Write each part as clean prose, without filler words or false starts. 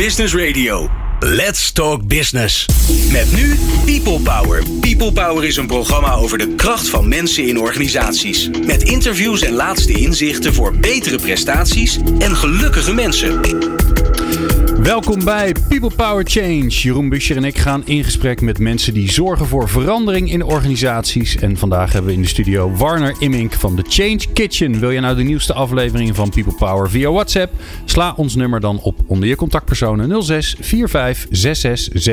Business Radio. Let's Talk Business. Met nu People Power. People Power is een programma over de kracht van mensen in organisaties. Met interviews en laatste inzichten voor betere prestaties en gelukkige mensen. Welkom bij People Power Change. Jeroen Buescher en ik gaan in gesprek met mensen die zorgen voor verandering in organisaties. En vandaag hebben we in de studio Warner Immink van The Change Kitchen. Wil je nou de nieuwste afleveringen van People Power via WhatsApp? Sla ons nummer dan op onder je contactpersonen 06 45 66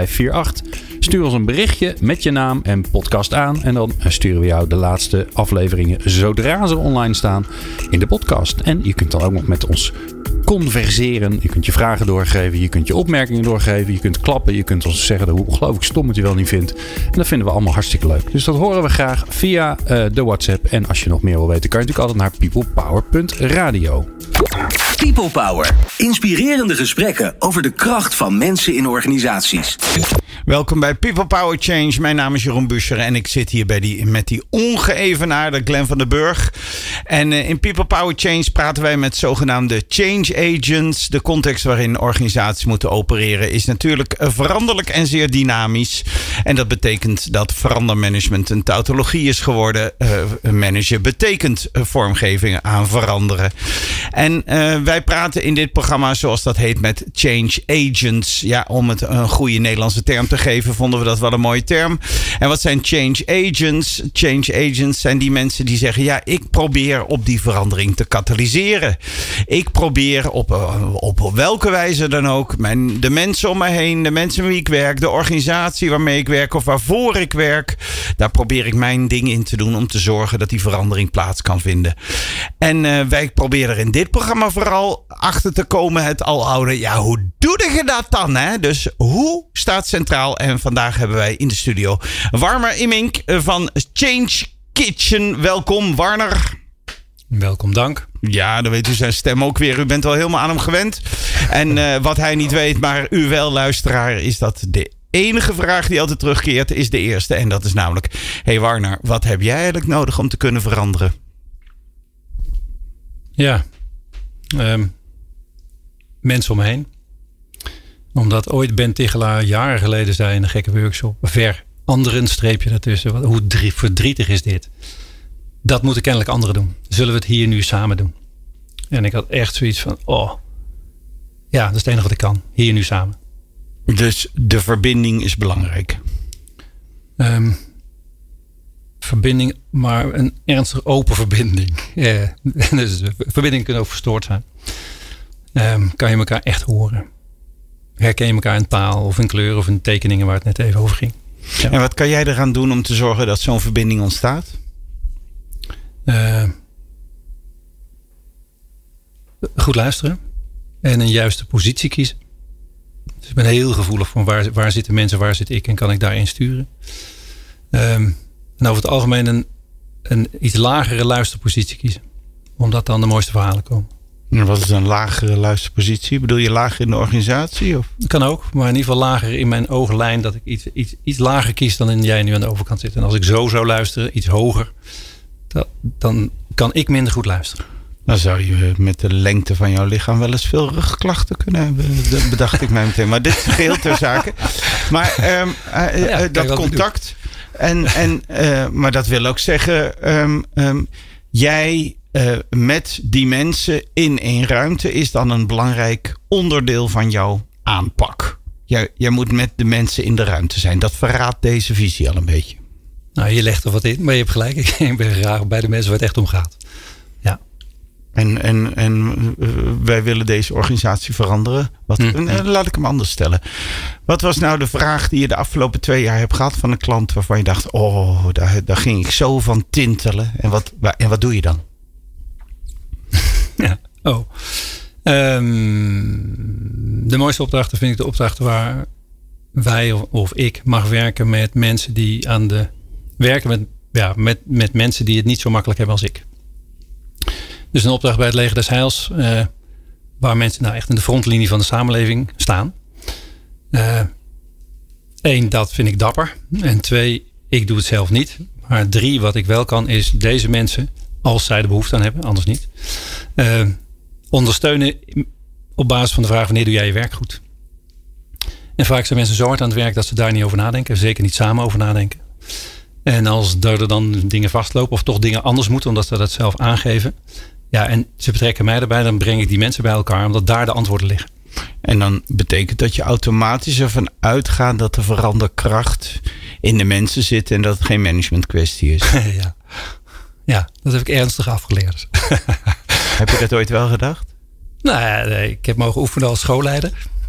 7548. Stuur ons een berichtje met je naam en podcast aan. En dan sturen we jou de laatste afleveringen zodra ze online staan in de podcast. En je kunt dan ook nog met ons converseren. Je kunt je vragen doorgeven. Je kunt je opmerkingen doorgeven. Je kunt klappen. Je kunt ons zeggen hoe ongelooflijk stom het je wel niet vindt. En dat vinden we allemaal hartstikke leuk. Dus dat horen we graag via de WhatsApp. En als je nog meer wil weten, kan je natuurlijk altijd naar peoplepower.radio. People Power. Inspirerende gesprekken over de kracht van mensen in organisaties. Welkom bij People Power Change. Mijn naam is Jeroen Buescher en ik zit hier met die ongeëvenaarde Glenn van den Burg. En in People Power Change praten wij met zogenaamde change agents. De context waarin organisaties moeten opereren is natuurlijk veranderlijk en zeer dynamisch. En dat betekent dat verandermanagement een tautologie is geworden. Managen betekent vormgeving aan veranderen. En wij praten in dit programma, zoals dat heet, met change agents. Ja, om het een goede Nederlandse term te geven, vonden we dat wel een mooie term. En wat zijn change agents? Change agents zijn die mensen die zeggen, ja, ik probeer op die verandering te katalyseren. Ik probeer op welke wijze dan ook de mensen om me heen, de mensen met wie ik werk, de organisatie waarmee ik werk of waarvoor ik werk, daar probeer ik mijn ding in te doen om te zorgen dat die verandering plaats kan vinden. En wij proberen in dit programma vooral achter te komen het aloude, ja, hoe doe je dat dan? Hè? Dus hoe staat centraal? En vandaag hebben wij in de studio Warner Immink van Change Kitchen. Welkom, Warner. Welkom, dank. Ja, dan weet u zijn stem ook weer. U bent al helemaal aan hem gewend. En wat hij niet weet, maar u wel, luisteraar, is dat de enige vraag die altijd terugkeert, is de eerste. En dat is namelijk, hey Warner, wat heb jij eigenlijk nodig om te kunnen veranderen? Ja, mensen om me heen. Omdat ooit Ben Tichelaar jaren geleden zei in een gekke workshop, veranderen, streepje daartussen. Hoe verdrietig is dit? Dat moeten kennelijk anderen doen. Zullen we het hier nu samen doen? En ik had echt zoiets van, ja, dat is het enige wat ik kan. Hier nu samen. Dus de verbinding is belangrijk. Verbinding, maar een ernstig open verbinding. Dus verbindingen kunnen ook verstoord zijn. Kan je elkaar echt horen? Herken je elkaar in taal of in kleur of in tekeningen waar het net even over ging. Ja. En wat kan jij eraan doen om te zorgen dat zo'n verbinding ontstaat? Goed luisteren. En een juiste positie kiezen. Dus ik ben heel gevoelig van waar zitten mensen, waar zit ik en kan ik daarin sturen. En over het algemeen een iets lagere luisterpositie kiezen. Omdat dan de mooiste verhalen komen. En wat is een lagere luisterpositie? Bedoel je lager in de organisatie? Of? Kan ook, maar in ieder geval lager in mijn ooglijn. Dat ik iets lager kies dan jij nu aan de overkant zit. En als ik zo zou luisteren, iets hoger, dan kan ik minder goed luisteren. Dan zou je met de lengte van jouw lichaam wel eens veel rugklachten kunnen hebben. Dat bedacht ik mij meteen. Maar dit is geheel ter zake. Maar dat contact. Maar dat wil ook zeggen, jij met die mensen in één ruimte is dan een belangrijk onderdeel van jouw aanpak. Jij moet met de mensen in de ruimte zijn. Dat verraadt deze visie al een beetje. Nou, je legt er wat in, maar je hebt gelijk. Ik ben graag bij de mensen waar het echt om gaat. Ja. En wij willen deze organisatie veranderen. Laat ik hem anders stellen. Wat was nou de vraag die je de afgelopen 2 jaar hebt gehad van een klant waarvan je dacht, daar ging ik zo van tintelen. En wat doe je dan? Ja. De mooiste opdrachten vind ik de opdrachten waar wij of ik mag werken met mensen die werken met mensen die het niet zo makkelijk hebben als ik. Dus een opdracht bij het Leger des Heils, waar mensen nou echt in de frontlinie van de samenleving staan. 1, dat vind ik dapper. En 2, ik doe het zelf niet. Maar 3, wat ik wel kan, is deze mensen, als zij de behoefte aan hebben, anders niet, ondersteunen op basis van de vraag: wanneer doe jij je werk goed? En vaak zijn mensen zo hard aan het werk dat ze daar niet over nadenken. Zeker niet samen over nadenken. En als er dan dingen vastlopen of toch dingen anders moeten, omdat ze dat zelf aangeven. Ja, en ze betrekken mij erbij, dan breng ik die mensen bij elkaar, omdat daar de antwoorden liggen. En dan betekent dat je automatisch ervan uitgaat dat de veranderkracht in de mensen zit en dat het geen management kwestie is. Ja, dat heb ik ernstig afgeleerd. Heb je dat ooit wel gedacht? Nee, ik heb mogen oefenen als schoolleider.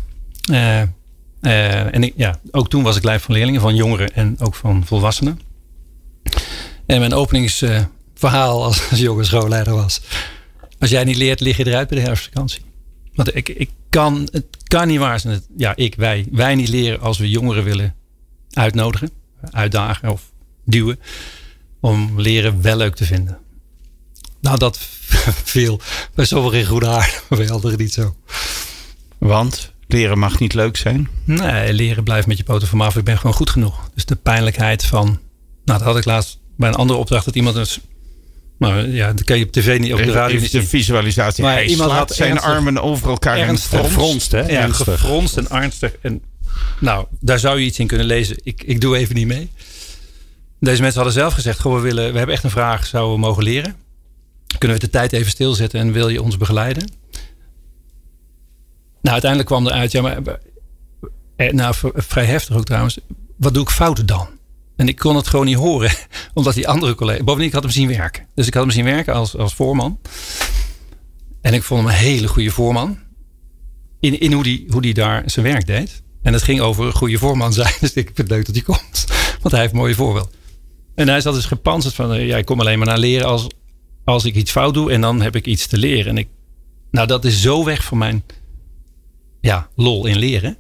En ook toen was ik lijf van leerlingen, van jongeren en ook van volwassenen. En mijn openingsverhaal als jonge schoolleider was: als jij niet leert, lig je eruit bij de herfstvakantie. Want het kan niet waar zijn. Wij niet leren als we jongeren willen uitnodigen, uitdagen of duwen. Om leren wel leuk te vinden. Nou, dat viel bij sommigen in goede aarde, maar bij anderen niet zo. Want leren mag niet leuk zijn? Nee, leren blijft met je poten van me af. Ik ben gewoon goed genoeg. Dus de pijnlijkheid van... Nou, dat had ik laatst bij een andere opdracht dat iemand... dat kan je op tv niet, op de radio niet zien. De visualisatie. Maar hij iemand had zijn armen over elkaar en gefronst. Ja, gefronst en ernstig. En, nou, daar zou je iets in kunnen lezen. Ik doe even niet mee. Deze mensen hadden zelf gezegd: we hebben echt een vraag, zouden we mogen leren? Kunnen we de tijd even stilzetten en wil je ons begeleiden? Nou, uiteindelijk kwam eruit, vrij heftig ook trouwens. Wat doe ik fouten dan? En ik kon het gewoon niet horen, omdat die andere collega... Bovendien, ik had hem zien werken. Dus ik had hem zien werken als voorman. En ik vond hem een hele goede voorman. In hoe die daar zijn werk deed. En het ging over een goede voorman zijn. Dus ik vind het leuk dat hij komt. Want hij heeft een mooie voorbeeld. En hij zat dus gepantserd van... ik kom alleen maar naar leren als ik iets fout doe. En dan heb ik iets te leren. En dat is zo weg van mijn lol in leren.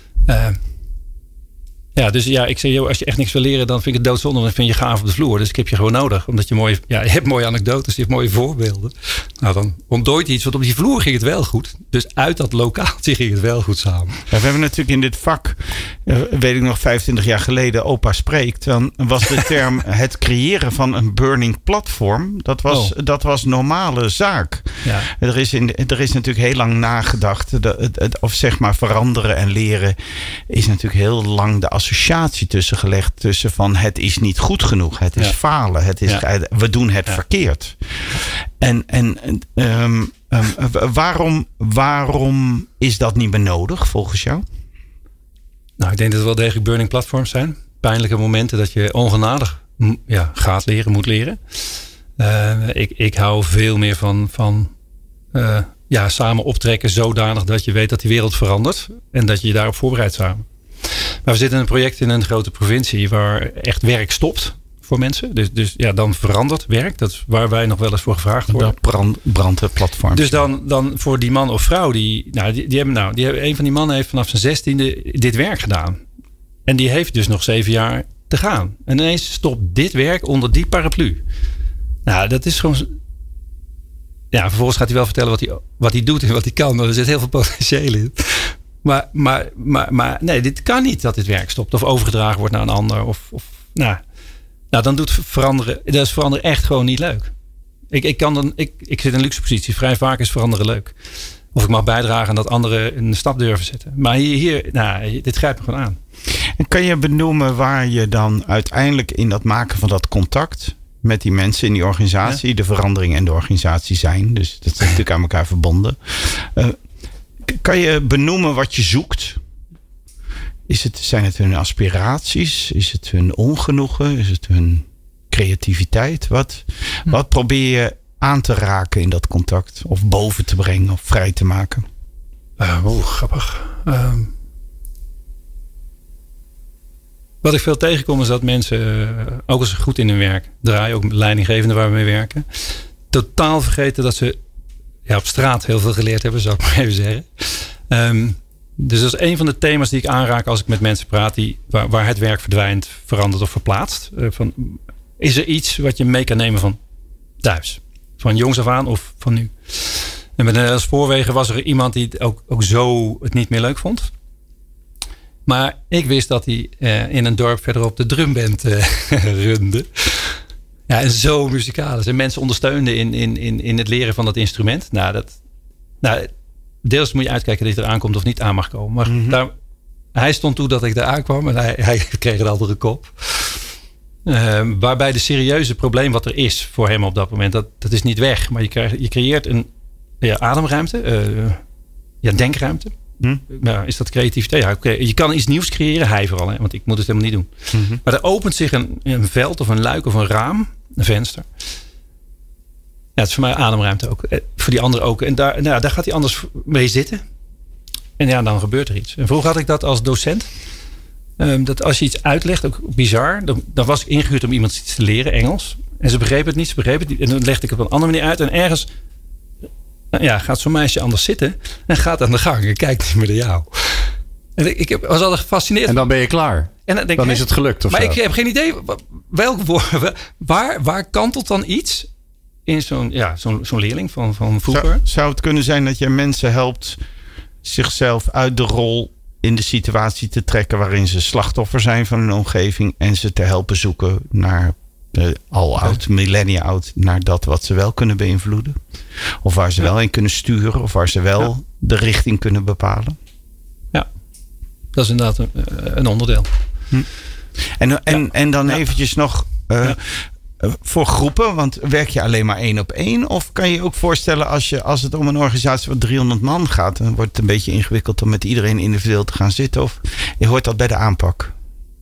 Ik zei, als je echt niks wil leren, dan vind ik het doodzonde. Dan vind je gaaf op de vloer. Dus ik heb je gewoon nodig. Omdat je je hebt mooie anekdotes, je hebt mooie voorbeelden. Nou, dan ontdooit je iets. Want op die vloer ging het wel goed. Dus uit dat lokaaltje ging het wel goed samen. Ja, we hebben natuurlijk in dit vak, weet ik nog, 25 jaar geleden, opa spreekt. Dan was de term het creëren van een burning platform. Dat was normale zaak. Ja. Er is natuurlijk heel lang nagedacht. Of zeg maar veranderen en leren is natuurlijk heel lang de associatie tussen gelegd. Tussen van het is niet goed genoeg. Het is falen. We doen het verkeerd. Waarom is dat niet meer nodig volgens jou? Nou, ik denk dat er wel degelijk burning platforms zijn. Pijnlijke momenten dat je ongenadig gaat leren, moet leren. Ik hou veel meer van samen optrekken zodanig dat je weet dat die wereld verandert. En dat je je daarop voorbereidt samen. Maar we zitten in een project in een grote provincie waar echt werk stopt voor mensen. Dus dan verandert werk. Dat is waar wij nog wel eens voor gevraagd worden. Brandt het platform. Dus dan voor die man of vrouw een van die mannen heeft vanaf zijn 16e dit werk gedaan. En die heeft dus nog 7 jaar te gaan. En ineens stopt dit werk onder die paraplu. Nou, dat is gewoon... Ja, vervolgens gaat hij wel vertellen wat hij doet en wat hij kan. Maar er zit heel veel potentieel in. Maar nee, dit kan niet dat dit werk stopt. Of overgedragen wordt naar een ander. Dan doet veranderen echt gewoon niet leuk. Ik zit in een luxe positie. Vrij vaak is veranderen leuk. Of ik mag bijdragen aan dat anderen een stap durven zetten. Maar dit grijpt me gewoon aan. En kan je benoemen waar je dan uiteindelijk in dat maken van dat contact met die mensen in die organisatie, de verandering en de organisatie zijn. Dus dat is natuurlijk aan elkaar verbonden. Kan je benoemen wat je zoekt? Zijn het hun aspiraties? Is het hun ongenoegen? Is het hun creativiteit? Wat probeer je aan te raken in dat contact? Of boven te brengen of vrij te maken? Grappig. Wat ik veel tegenkom is dat mensen, ook als ze goed in hun werk draaien, ook leidinggevenden waar we mee werken, totaal vergeten dat ze op straat heel veel geleerd hebben, zou ik maar even zeggen. Dus dat is een van de thema's die ik aanraak als ik met mensen praat waar het werk verdwijnt, verandert of verplaatst. Is er iets wat je mee kan nemen van thuis? Van jongs af aan of van nu? En met de spoorwegen was er iemand die het ook zo het niet meer leuk vond. Maar ik wist dat hij in een dorp verderop de drumband runde. Ja, en zo muzikaal is. En mensen ondersteunden in het leren van dat instrument. deels moet je uitkijken dat je eraan komt of niet aan mag komen. Maar hij stond toe dat ik daar aankwam en hij kreeg een andere kop. Waarbij de serieuze probleem wat er is voor hem op dat moment, dat is niet weg. Maar je creëert een ademruimte, denkruimte. Ja, is dat creativiteit? Ja, okay. Je kan iets nieuws creëren, hij vooral, hè, want ik moet het helemaal niet doen. Maar er opent zich een veld of een luik of een raam, een venster. Ja, het is voor mij ademruimte ook. Voor die ander ook. En daar gaat hij anders mee zitten. En ja, dan gebeurt er iets. En vroeger had ik dat als docent. Dat als je iets uitlegt, ook bizar. Dan was ik ingehuurd om iemand iets te leren, Engels. En ze begrepen het niet. En dan legde ik het op een andere manier uit. En ergens gaat zo'n meisje anders zitten. En gaat aan de gang. En kijkt niet meer naar jou. En ik was altijd gefascineerd. En dan ben je klaar. En dan is het gelukt of maar zo. Ik heb geen idee. Waar kantelt dan iets in zo'n leerling van vroeger? Zou het kunnen zijn dat je mensen helpt zichzelf uit de rol in de situatie te trekken waarin ze slachtoffer zijn van hun omgeving en ze te helpen zoeken naar millennia oud, naar dat wat ze wel kunnen beïnvloeden? Of waar ze wel in kunnen sturen, of waar ze wel de richting kunnen bepalen? Ja, dat is inderdaad een onderdeel. En dan eventjes nog voor groepen, want werk je alleen maar 1-op-1? Of kan je je ook voorstellen als het om een organisatie van 300 man gaat, dan wordt het een beetje ingewikkeld om met iedereen individueel te gaan zitten? Of hoort dat bij de aanpak?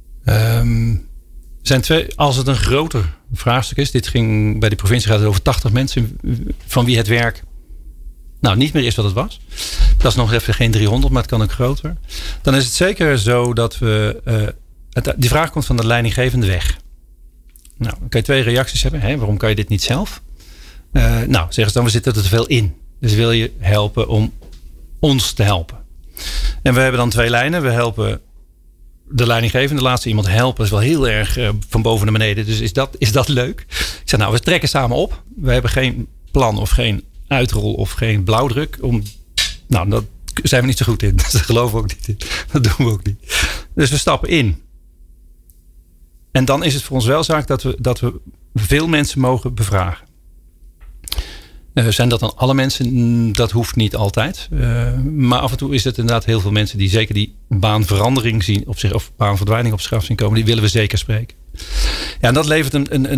Zijn als het een groter vraagstuk is, dit ging bij de provincie gaat het over 80 mensen van wie het werk niet meer is wat het was. Dat is nog even geen 300, maar het kan ook groter. Dan is het zeker zo dat die vraag komt van de leidinggevende weg. Nou, dan kan je 2 reacties hebben. Hè? Waarom kan je dit niet zelf? Zeggen ze dan, we zitten er te veel in. Dus wil je helpen om ons te helpen. En we hebben dan 2 lijnen. We helpen de leidinggevende, laat ze iemand helpen. Dat is wel heel erg van boven naar beneden. Dus is dat leuk? Ik zeg, we trekken samen op. We hebben geen plan of geen uitrol of geen blauwdruk. Dat zijn we niet zo goed in. Dat geloven we ook niet in. Dat doen we ook niet. Dus we stappen in. En dan is het voor ons wel zaak dat we veel mensen mogen bevragen. Zijn dat dan alle mensen? Dat hoeft niet altijd. Maar af en toe is het inderdaad heel veel mensen die zeker die baanverandering zien op zich, of baanverdwijning op zich af zien komen. Die willen we zeker spreken. Ja, en dat levert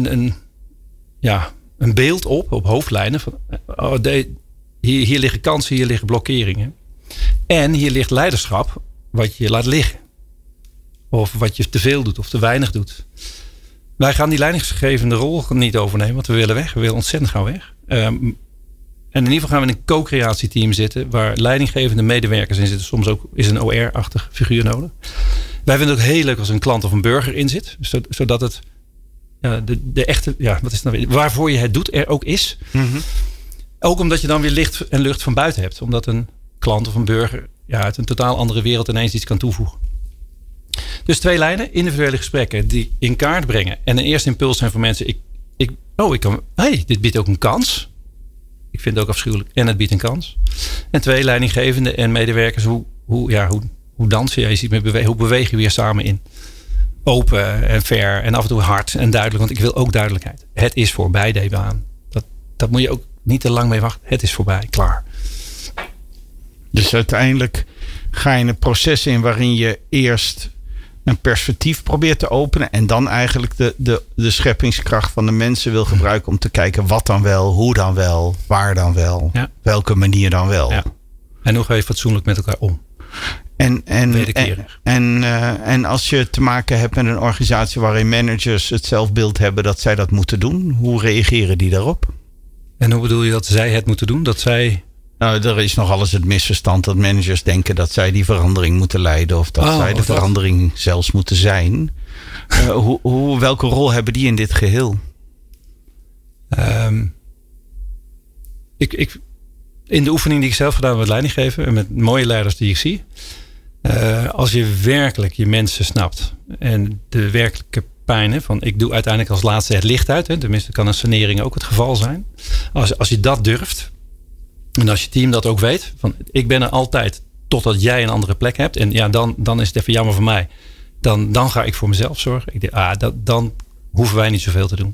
een beeld op hoofdlijnen. Van, hier liggen kansen, hier liggen blokkeringen. En hier ligt leiderschap wat je laat liggen. Of wat je te veel doet of te weinig doet. Wij gaan die leidingsgevende rol niet overnemen. Want we willen weg. We willen ontzettend gauw weg. En in ieder geval gaan we in een co-creatieteam zitten. Waar leidinggevende medewerkers in zitten. Soms ook is een OR-achtig figuur nodig. Wij vinden het ook heel leuk als een klant of een burger in zit. Zodat het de echte, wat is het nou weer? Waarvoor je het doet er ook is. Mm-hmm. Ook omdat je dan weer licht en lucht van buiten hebt. Omdat een klant of een burger uit een totaal andere wereld ineens iets kan toevoegen. Dus 2 lijnen, individuele gesprekken die in kaart brengen. En een eerste impuls zijn voor mensen. Dit biedt ook een kans. Ik vind het ook afschuwelijk. En het biedt een kans. En 2 leidinggevenden en medewerkers. Hoe dansen je? Je ziet me bewegen. Hoe beweeg je weer samen in? Open en fair en af en toe hard en duidelijk. Want ik wil ook duidelijkheid. Het is voorbij, deze baan. Dat moet je ook niet te lang mee wachten. Het is voorbij, klaar. Dus uiteindelijk ga je een proces in waarin je eerst een perspectief probeert te openen. En dan eigenlijk de scheppingskracht van de mensen wil gebruiken om te kijken wat dan wel, hoe dan wel, waar dan wel, welke manier dan wel. Ja. En hoe ga je fatsoenlijk met elkaar om? En als je te maken hebt met een organisatie waarin managers het zelfbeeld hebben dat zij dat moeten doen, hoe reageren die daarop? En hoe bedoel je dat zij het moeten doen? Dat zij... Nou, er is nogal eens het misverstand dat managers denken dat zij die verandering moeten leiden. Of dat zij de verandering zelfs moeten zijn. Welke rol hebben die in dit geheel? In de oefening die ik zelf gedaan heb met leidinggeven. En met mooie leiders die ik zie. Als je werkelijk je mensen snapt. En de werkelijke pijn. Van ik doe uiteindelijk als laatste het licht uit. Hè, tenminste kan een sanering ook het geval zijn. Als je dat durft. En als je team dat ook weet. Van ik ben er altijd totdat jij een andere plek hebt. En dan is het even jammer voor mij. Dan ga ik voor mezelf zorgen. Ik denk, dan hoeven wij niet zoveel te doen.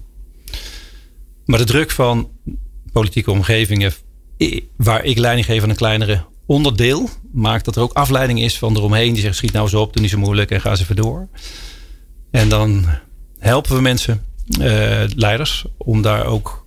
Maar de druk van politieke omgevingen. Waar ik leiding geef aan een kleinere onderdeel maakt dat er ook afleiding is van eromheen. Die zegt, schiet nou eens op, doe niet zo moeilijk en ga eens even door. En dan helpen we mensen, leiders, om daar ook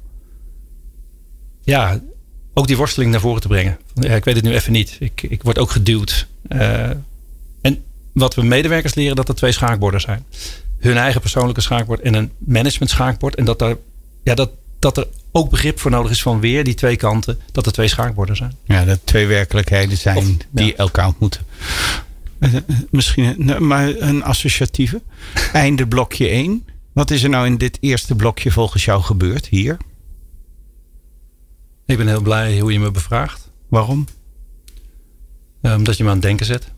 die worsteling naar voren te brengen. Ik weet het nu even niet. Ik word ook geduwd. En wat we medewerkers leren, dat er 2 schaakborden zijn. Hun eigen persoonlijke schaakbord en een management schaakbord. En dat er ook begrip voor nodig is van weer die 2 kanten. Dat er 2 schaakborden zijn. Ja, dat 2 werkelijkheden zijn die elkaar ontmoeten. Misschien maar een associatieve. Einde blokje 1. Wat is er nou in dit eerste blokje volgens jou gebeurd hier? Ik ben heel blij hoe je me bevraagt. Waarom? Omdat je me aan het denken zet.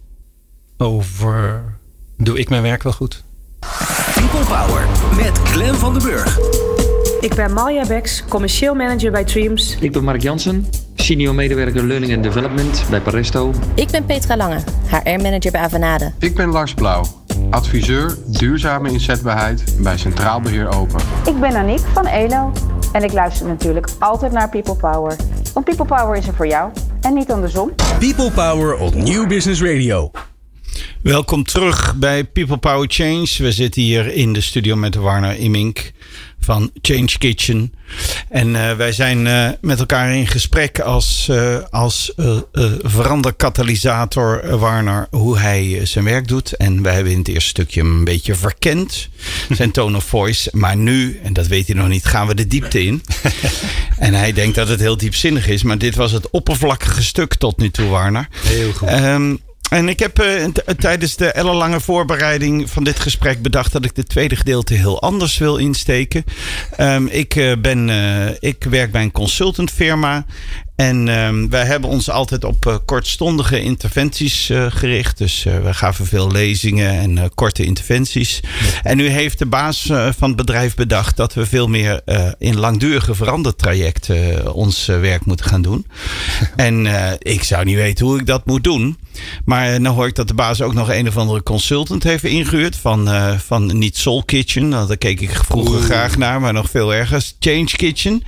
Over, doe ik mijn werk wel goed? People Power met Glenn van den Burg. Ik ben Malja Beks, commercieel manager bij Dreams. Ik ben Mark Jansen, senior medewerker Learning and Development bij Paresto. Ik ben Petra Lange, HR-manager bij Avanade. Ik ben Lars Blauw, adviseur duurzame inzetbaarheid bij Centraal Beheer Open. Ik ben Aniek van ELO en ik luister natuurlijk altijd naar People Power. Want People Power is er voor jou en niet andersom. People Power op Nieuw Business Radio. Welkom terug bij People Power Change. We zitten hier in de studio met Warner Immink van Change Kitchen. En wij zijn met elkaar in gesprek als veranderkatalysator Warner, hoe hij zijn werk doet. En wij hebben in het eerste stukje hem een beetje verkend. Zijn tone of voice. Maar nu, en dat weet hij nog niet, gaan we de diepte in. En hij denkt dat het heel diepzinnig is. Maar dit was het oppervlakkige stuk tot nu toe, Warner. Heel goed. En ik heb tijdens de ellenlange voorbereiding van dit gesprek bedacht dat ik het tweede gedeelte heel anders wil insteken. Ik werk bij een consultantfirma. En wij hebben ons altijd op kortstondige interventies gericht. Dus we gaven veel lezingen en korte interventies. En nu heeft de baas van het bedrijf bedacht dat we veel meer in langdurige verandertrajecten ons werk moeten gaan doen. En ik zou niet weten hoe ik dat moet doen. Maar nou hoor ik dat de baas ook nog een of andere consultant heeft ingehuurd. Van niet Soul Kitchen. Daar keek ik vroeger graag naar. Maar nog veel erger. Change Kitchen.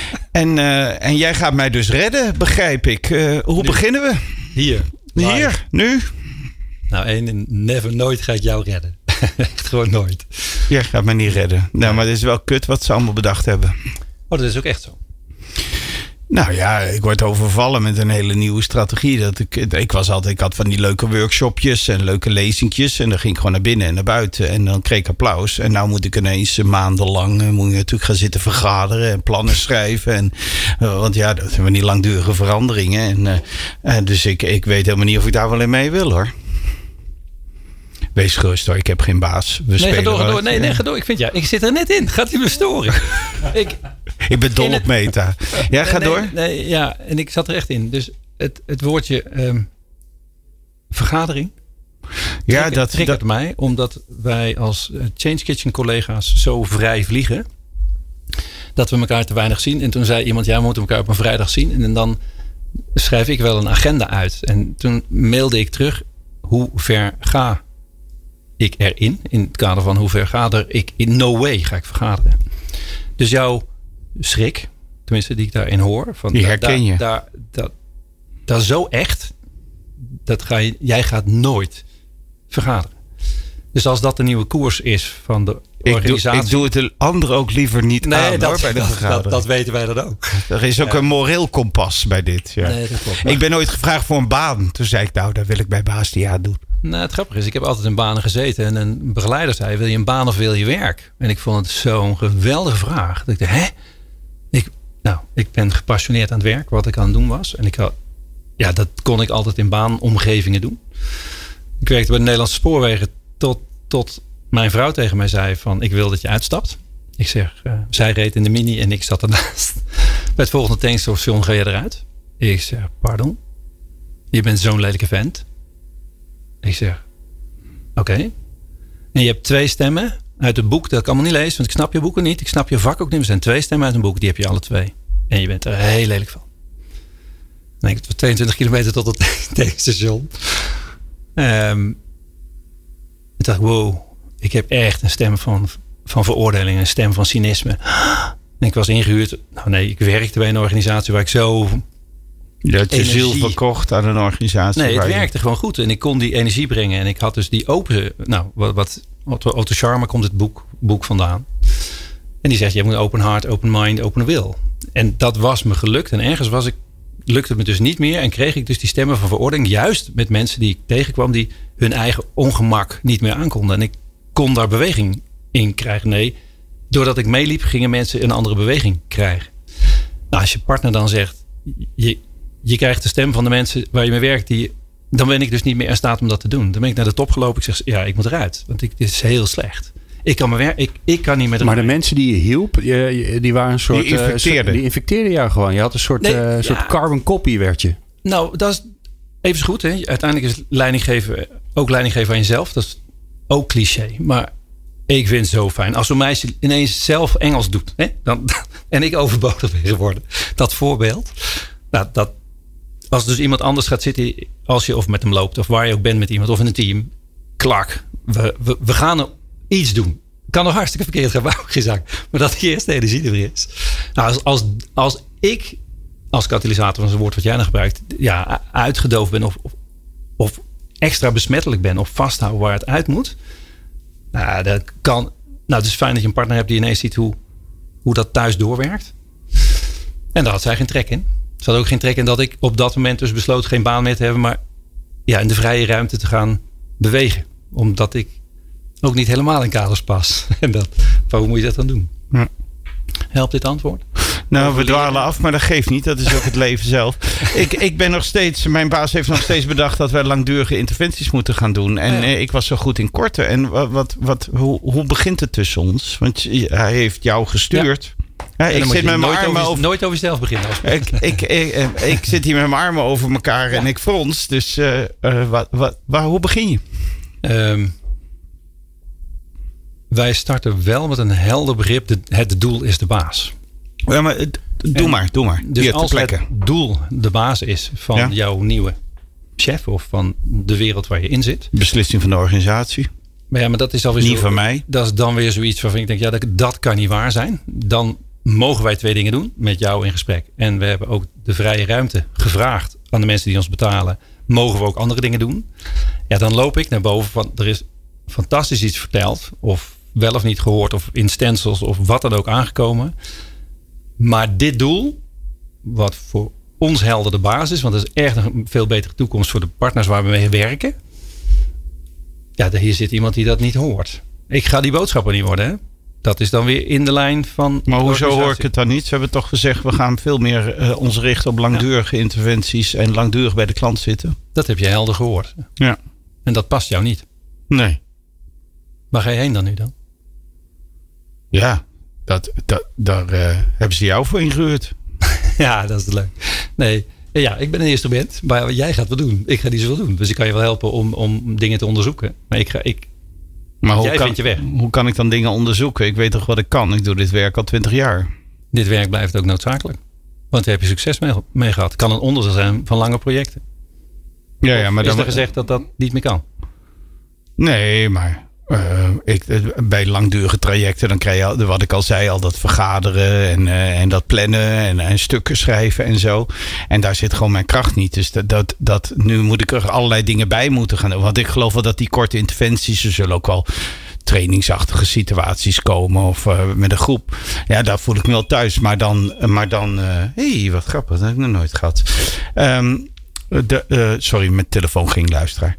En jij gaat mij dus redden, begrijp ik. Hoe beginnen we? Hier, nu? Nou, nooit ga ik jou redden. Echt gewoon nooit. Jij gaat mij niet redden. Nou, maar het is wel kut wat ze allemaal bedacht hebben. Oh, dat is ook echt zo. Nou ja, ik word overvallen met een hele nieuwe strategie. Ik had van die leuke workshopjes en leuke lezingjes. En dan ging ik gewoon naar binnen en naar buiten. En dan kreeg ik applaus. En nou moet ik ineens maandenlang moet je natuurlijk gaan zitten vergaderen en plannen schrijven. Want ja, dat zijn van die langdurige veranderingen. Dus ik weet helemaal niet of ik daar wel in mee wil, hoor. Wees gerust hoor, ik heb geen baas. Ga door. Nee, ga door. Ik zit er net in. Gaat u me storen? Ik ben dol op meta. Ja, ga door. Nee, ja, en ik zat er echt in. Dus het woordje vergadering triggert mij. Omdat wij als Change Kitchen collega's zo vrij vliegen. Dat we elkaar te weinig zien. En toen zei iemand, ja, we moeten elkaar op een vrijdag zien. En dan schrijf ik wel een agenda uit. En toen mailde ik terug, hoe ver ga ik erin? In het kader van hoe ver ga ik? In no way ga ik vergaderen. Dus jouw schrik, tenminste die ik daarin hoor. Van, die herken je. Dat is zo echt. Jij gaat nooit vergaderen. Dus als dat de nieuwe koers is van de organisatie. Ik doe het de anderen ook liever niet aan bij de vergadering. Dat weten wij dan ook. Er is ook een moreel kompas bij dit. Ja. Nee, dat klopt. Maar... Ik ben ooit gevraagd voor een baan. Toen zei ik, nou, daar wil ik bij baas die doen. Nou, het grappige is, ik heb altijd in banen gezeten. En een begeleider zei, wil je een baan of wil je werk? En ik vond het zo'n geweldige vraag. Dat ik dacht, ik ben gepassioneerd aan het werk. Wat ik aan het doen was. En dat kon ik altijd in baanomgevingen doen. Ik werkte bij de Nederlandse Spoorwegen tot mijn vrouw tegen mij zei van, ik wil dat je uitstapt. Ik zeg, zij reed in de Mini en ik zat ernaast. Bij het volgende tankstation ga je eruit. Ik zeg, pardon? Je bent zo'n lelijke vent. Ik zeg, oké. En je hebt 2 stemmen uit het boek dat ik allemaal niet lees. Want ik snap je boeken niet. Ik snap je vak ook niet. Er zijn 2 stemmen uit een boek. Die heb je alle 2. En je bent er heel lelijk van. Dan denk ik, het was 22 kilometer tot het tankstation. Ik dacht, wow. Ik heb echt een stem van veroordeling. Een stem van cynisme. En ik was ingehuurd. Nou nee, ik werkte bij een organisatie waar ik zo Je had je ziel verkocht aan een organisatie. Nee, het werkte gewoon goed. En ik kon die energie brengen. En ik had dus die open... Nou, Otto Scharmer komt het boek vandaan. En die zegt, je moet open heart, open mind, open will. En dat was me gelukt. En ergens lukte het me dus niet meer. En kreeg ik dus die stemmen van veroordeling. Juist met mensen die ik tegenkwam. Die hun eigen ongemak niet meer aankonden. En ik kon daar beweging in krijgen. Nee, doordat ik meeliep gingen mensen een andere beweging krijgen. Nou, als je partner dan zegt... Je krijgt de stem van de mensen waar je mee werkt. Dan ben ik dus niet meer in staat om dat te doen. Dan ben ik naar de top gelopen. Ik zeg, ja, ik moet eruit. Want dit is heel slecht. Ik kan niet meer... Maar de mensen die je hielp, die waren een soort... Die infecteerden jou gewoon. Je had een soort carbon copy werd je. Nou, dat is even zo goed. Hè? Uiteindelijk is leidinggeven ook leidinggeven aan jezelf. Dat is ook cliché. Maar ik vind het zo fijn. Als zo'n meisje ineens zelf Engels doet. Hè? En ik overbodig ben geworden. Dat voorbeeld. Nou, als dus iemand anders gaat zitten. Als je of met hem loopt. Of waar je ook bent met iemand. Of in een team. Klak. We gaan iets doen. Kan nog hartstikke verkeerd gaan. Maar ook geen zaak. Maar dat die eerste energie er weer is. Nou, als ik als katalysator, dat is een woord wat jij dan gebruikt. Ja, uitgedoofd ben. Of extra besmettelijk ben. Of vasthouden waar het uit moet. Nou, dat kan. Nou, het is fijn dat je een partner hebt die ineens ziet hoe dat thuis doorwerkt. En daar had zij geen trek in. Ze had ook geen trek in dat ik op dat moment dus besloot geen baan meer te hebben. Maar ja, in de vrije ruimte te gaan bewegen. Omdat ik ook niet helemaal in kaders pas. En hoe moet je dat dan doen? Ja. Helpt dit antwoord? Nou, we dwalen af, maar dat geeft niet. Dat is ook het leven zelf. Ik ben nog steeds... Mijn baas heeft nog steeds bedacht dat wij langdurige interventies moeten gaan doen. En ik was zo goed in korte. En hoe begint het tussen ons? Want hij heeft jou gestuurd. Ja, ik zit met mijn armen over... Nooit over jezelf beginnen. Ik zit hier met mijn armen over elkaar en ik frons. Dus hoe begin je? Wij starten wel met een helder begrip. Het doel is de baas. Ja, maar doe maar. Dus als het doel de baas is van jouw nieuwe chef of van de wereld waar je in zit. Beslissing van de organisatie. Maar dat is alweer niet van mij. Dat is dan weer zoiets waarvan ik denk, dat kan niet waar zijn. Dan mogen wij 2 dingen doen met jou in gesprek. En we hebben ook de vrije ruimte gevraagd aan de mensen die ons betalen. Mogen we ook andere dingen doen? Ja, dan loop ik naar boven van er is fantastisch iets verteld. Of wel of niet gehoord. Of in stencils of wat dan ook aangekomen. Maar dit doel, wat voor ons helder de basis is. Want dat is echt een veel betere toekomst voor de partners waar we mee werken. Ja, hier zit iemand die dat niet hoort. Ik ga die boodschapper niet worden, hè? Dat is dan weer in de lijn van... Maar hoezo hoor ik het dan niet? Ze hebben toch gezegd, we gaan veel meer ons richten op langdurige interventies en langdurig bij de klant zitten. Dat heb je helder gehoord. Ja. En dat past jou niet. Nee. Waar ga je heen dan nu dan? Ja, daar hebben ze jou voor ingehuurd. Ja, dat is leuk. Nee, ja, ik ben een instrument, maar jij gaat wat doen. Ik ga niet zoveel doen. Dus ik kan je wel helpen om dingen te onderzoeken. Maar jij vindt je weg. Hoe kan ik dan dingen onderzoeken? Ik weet toch wat ik kan? Ik doe dit werk al 20 jaar. Dit werk blijft ook noodzakelijk. Want daar heb je succes mee gehad. Het kan een onderdeel zijn van lange projecten. Ja, maar is er gezegd dat dat niet meer kan? Nee, maar bij langdurige trajecten dan krijg je, wat ik al zei, al dat vergaderen en dat plannen en stukken schrijven en zo. En daar zit gewoon mijn kracht niet. Dus nu moet ik er allerlei dingen bij moeten gaan doen. Want ik geloof wel dat die korte interventies, er zullen ook wel trainingsachtige situaties komen of met een groep. Ja, daar voel ik me wel thuis. Maar dan wat grappig, dat heb ik nog nooit gehad. Sorry, mijn telefoon ging, luisteraar.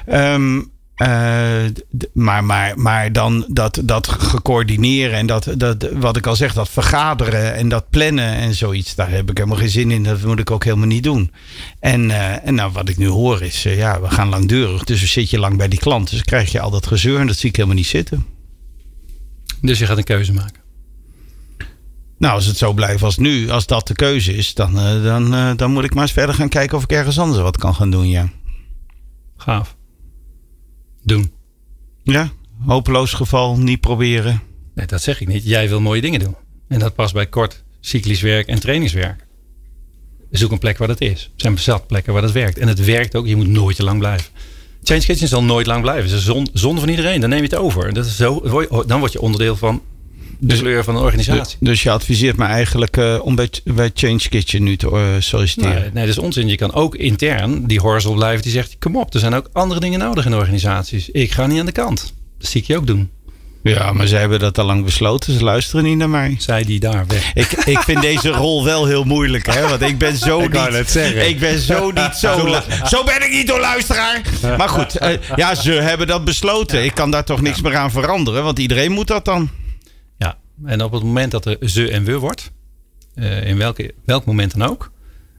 Maar dan dat gecoördineeren en dat wat ik al zeg, dat vergaderen en dat plannen en zoiets, daar heb ik helemaal geen zin in. Dat moet ik ook helemaal niet doen. En nou, wat ik nu hoor is, we gaan langdurig, dus zit je lang bij die klant, dus krijg je al dat gezeur en dat zie ik helemaal niet zitten. Dus je gaat een keuze maken? Nou, als het zo blijft als nu, als dat de keuze is, dan moet ik maar eens verder gaan kijken of ik ergens anders wat kan gaan doen, ja. Gaaf. Doen. Ja, hopeloos geval, niet proberen. Nee, dat zeg ik niet. Jij wil mooie dingen doen. En dat past bij kort cyclisch werk en trainingswerk. Zoek een plek waar dat is. Er zijn zat plekken waar dat werkt. En het werkt ook. Je moet nooit te lang blijven. Change Kitchen zal nooit lang blijven. Het is zonde van iedereen. Dan neem je het over. Dat is zo, dan word je onderdeel van de kleur van een organisatie. Dus je adviseert me eigenlijk om bij Change Kitchen nu te solliciteren? Nee, dat is onzin. Je kan ook intern die horizon blijven die zegt, kom op, er zijn ook andere dingen nodig in organisaties. Ik ga niet aan de kant. Dat zie ik je ook doen. Ja, maar zij hebben dat al lang besloten. Ze luisteren niet naar mij. Zij die daar weg. Ik vind deze rol wel heel moeilijk, hè? Want ik ben zo Ik ben zo niet zo. Zo ben ik niet, door luisteraar. Maar goed, ze hebben dat besloten. Ik kan daar toch niks meer aan veranderen, want iedereen moet dat dan. Ja, en op het moment dat er ze en we wordt, in welk moment dan ook,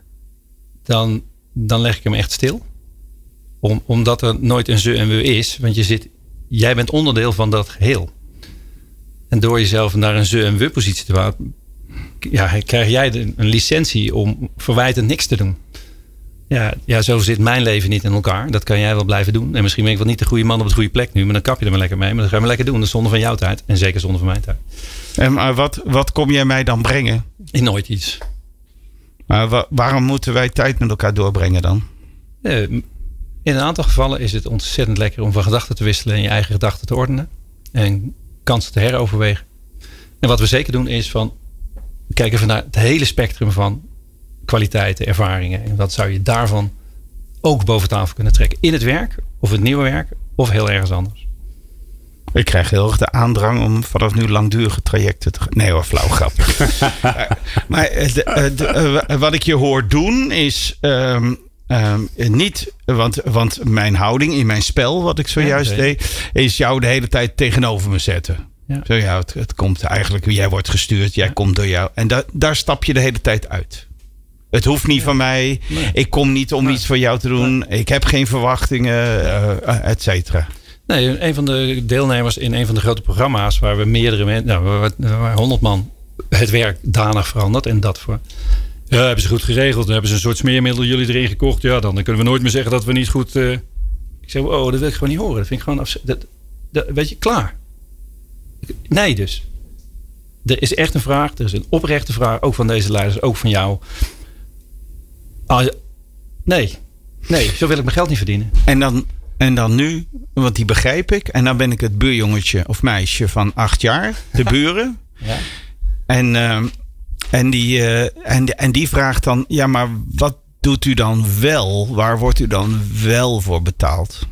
dan leg ik hem echt stil. Omdat er nooit een ze en we is, want jij bent onderdeel van dat geheel. En door jezelf naar een ze en we positie te houden, krijg jij een licentie om verwijtend niks te doen. Ja, zo zit mijn leven niet in elkaar. Dat kan jij wel blijven doen. En misschien ben ik wel niet de goede man op de goede plek nu, maar dan kap je er maar lekker mee. Maar dat ga je maar lekker doen. Dat is zonde van jouw tijd. En zeker zonde van mijn tijd. En wat kom jij mij dan brengen? In nooit iets. Maar waarom moeten wij tijd met elkaar doorbrengen dan? In een aantal gevallen is het ontzettend lekker om van gedachten te wisselen en je eigen gedachten te ordenen. En kansen te heroverwegen. En wat we zeker doen is kijken even naar het hele spectrum van kwaliteiten, ervaringen. En wat zou je daarvan ook boven tafel kunnen trekken? In het werk, of het nieuwe werk, of heel ergens anders. Ik krijg heel erg de aandrang om vanaf nu langdurige trajecten te gaan. Nee hoor, flauw grap. Maar wat ik je hoor doen is niet, want mijn houding in mijn spel, wat ik zojuist deed, is jou de hele tijd tegenover me zetten. Ja. Het komt eigenlijk, jij wordt gestuurd, jij komt door jou. En daar stap je de hele tijd uit. Het hoeft niet van mij. Nee. Ik kom niet om iets voor jou te doen. Nee. Ik heb geen verwachtingen, et cetera. Nee, een van de deelnemers in een van de grote programma's waar we meerdere mensen, 100 man, het werk danig veranderd en dat voor. Ja, hebben ze goed geregeld. Dan hebben ze een soort smeermiddel jullie erin gekocht. Ja, dan kunnen we nooit meer zeggen dat we niet goed. Ik zeg, dat wil ik gewoon niet horen. Dat vind ik gewoon weet je, klaar. Nee, dus. Er is echt een vraag. Er is een oprechte vraag. Ook van deze leiders. Ook van jou. Nee, zo wil ik mijn geld niet verdienen. En dan nu, want die begrijp ik. En dan ben ik het buurjongetje of meisje van 8 jaar. De buren. Ja. En die vraagt dan, ja, maar wat doet u dan wel? Waar wordt u dan wel voor betaald?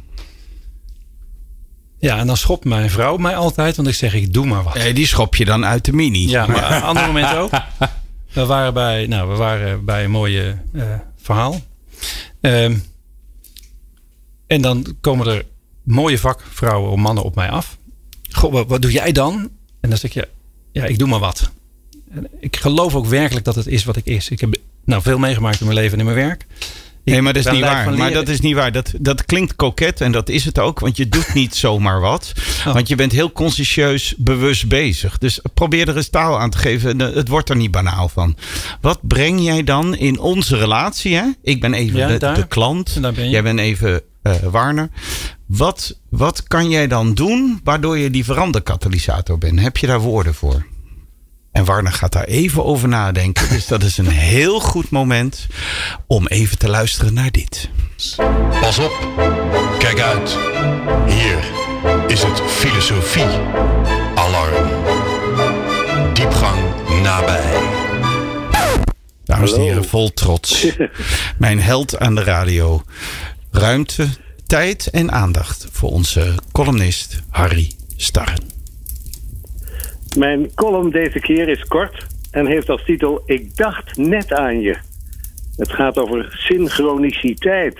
Ja, en dan schopt mijn vrouw mij altijd, want ik zeg, ik doe maar wat. Die schop je dan uit de mini. Ja, maar op een ander moment ook. We waren bij een mooie verhaal. En dan komen er mooie vakvrouwen of mannen op mij af. Goh, wat doe jij dan? En dan zeg ik, ja, ik doe maar wat. En ik geloof ook werkelijk dat het is wat ik is. Ik heb veel meegemaakt in mijn leven en in mijn werk. Nee, maar dat is niet waar. Maar dat is niet waar. Dat klinkt koket en dat is het ook. Want je doet niet zomaar wat. Oh. Want je bent heel consciëntieus bewust bezig. Dus probeer er eens taal aan te geven. Het wordt er niet banaal van. Wat breng jij dan in onze relatie? Hè? Ik ben even de klant. Jij bent even Warner. Wat kan jij dan doen waardoor je die veranderkatalysator bent? Heb je daar woorden voor? En Warner gaat daar even over nadenken. Dus dat is een heel goed moment om even te luisteren naar dit. Pas op. Kijk uit. Hier is het filosofie-alarm. Diepgang nabij. Dames en heren, vol trots. Mijn held aan de radio. Ruimte, tijd en aandacht voor onze columnist Harry Starren. Mijn column deze keer is kort en heeft als titel Ik dacht net aan je. Het gaat over synchroniciteit.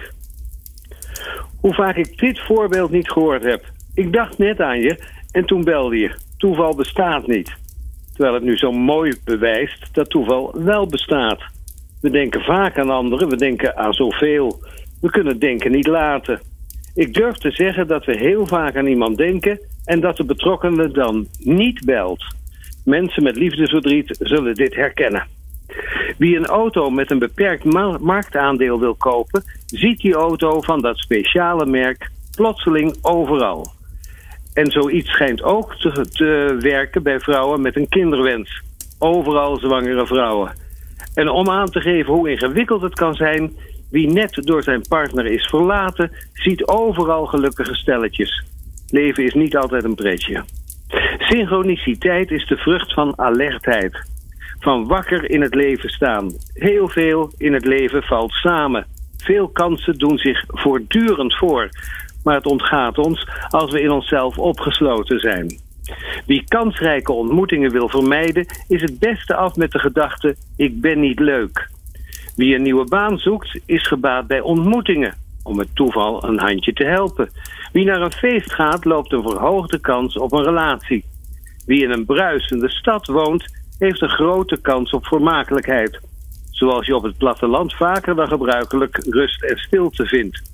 Hoe vaak ik dit voorbeeld niet gehoord heb. Ik dacht net aan je en toen belde je. Toeval bestaat niet. Terwijl het nu zo mooi bewijst dat toeval wel bestaat. We denken vaak aan anderen, we denken aan zoveel. We kunnen denken niet laten. Ik durf te zeggen dat we heel vaak aan iemand denken en dat de betrokkenen dan niet belt. Mensen met liefdesverdriet zullen dit herkennen. Wie een auto met een beperkt marktaandeel wil kopen, ziet die auto van dat speciale merk plotseling overal. En zoiets schijnt ook te werken bij vrouwen met een kinderwens. Overal zwangere vrouwen. En om aan te geven hoe ingewikkeld het kan zijn, wie net door zijn partner is verlaten, ziet overal gelukkige stelletjes. Leven is niet altijd een pretje. Synchroniciteit is de vrucht van alertheid. Van wakker in het leven staan. Heel veel in het leven valt samen. Veel kansen doen zich voortdurend voor. Maar het ontgaat ons als we in onszelf opgesloten zijn. Wie kansrijke ontmoetingen wil vermijden, is het beste af met de gedachte: ik ben niet leuk. Wie een nieuwe baan zoekt, is gebaat bij ontmoetingen, om het toeval een handje te helpen. Wie naar een feest gaat, loopt een verhoogde kans op een relatie. Wie in een bruisende stad woont, heeft een grote kans op vermakelijkheid. Zoals je op het platteland vaker dan gebruikelijk rust en stilte vindt.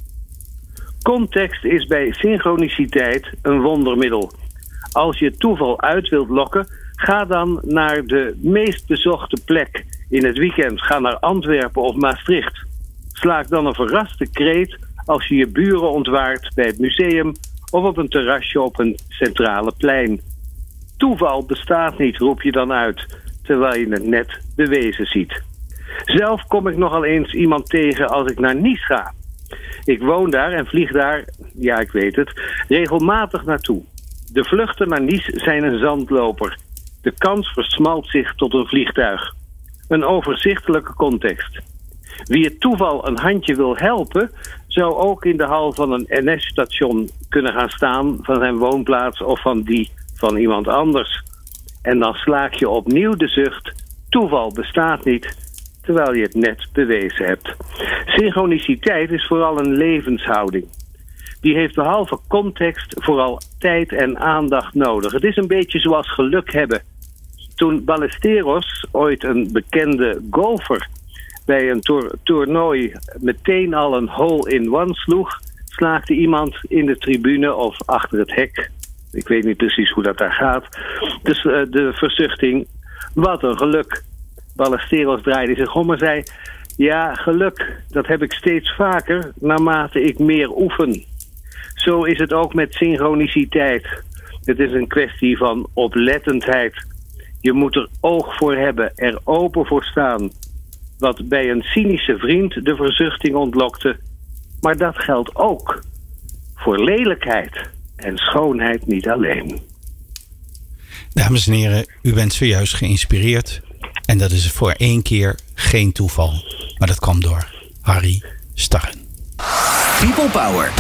Context is bij synchroniciteit een wondermiddel. Als je het toeval uit wilt lokken, ga dan naar de meest bezochte plek in het weekend. Ga naar Antwerpen of Maastricht. Slaak dan een verraste kreet als je je buren ontwaart bij het museum of op een terrasje op een centrale plein. Toeval bestaat niet, roep je dan uit, terwijl je het net bewezen ziet. Zelf kom ik nogal eens iemand tegen als ik naar Nice ga. Ik woon daar en vlieg daar, ja ik weet het, regelmatig naartoe. De vluchten naar Nice zijn een zandloper. De kans versmalt zich tot een vliegtuig. Een overzichtelijke context. Wie het toeval een handje wil helpen, zou ook in de hal van een NS-station kunnen gaan staan van zijn woonplaats of van die van iemand anders. En dan slaak je opnieuw de zucht: toeval bestaat niet, terwijl je het net bewezen hebt. Synchroniciteit is vooral een levenshouding. Die heeft behalve context vooral tijd en aandacht nodig. Het is een beetje zoals geluk hebben. Toen Ballesteros, ooit een bekende golfer, bij een toernooi meteen al een hole-in-one sloeg, slaakte iemand in de tribune of achter het hek. Ik weet niet precies hoe dat daar gaat. Dus de verzuchting: wat een geluk. Ballesteros draaide zich om en zei: ja, geluk, dat heb ik steeds vaker naarmate ik meer oefen. Zo is het ook met synchroniciteit. Het is een kwestie van oplettendheid. Je moet er oog voor hebben, er open voor staan. Wat bij een cynische vriend de verzuchting ontlokte. Maar dat geldt ook voor lelijkheid en schoonheid niet alleen. Dames en heren, u bent zojuist geïnspireerd. En dat is voor 1 keer geen toeval. Maar dat kwam door Harry Starre. People Power.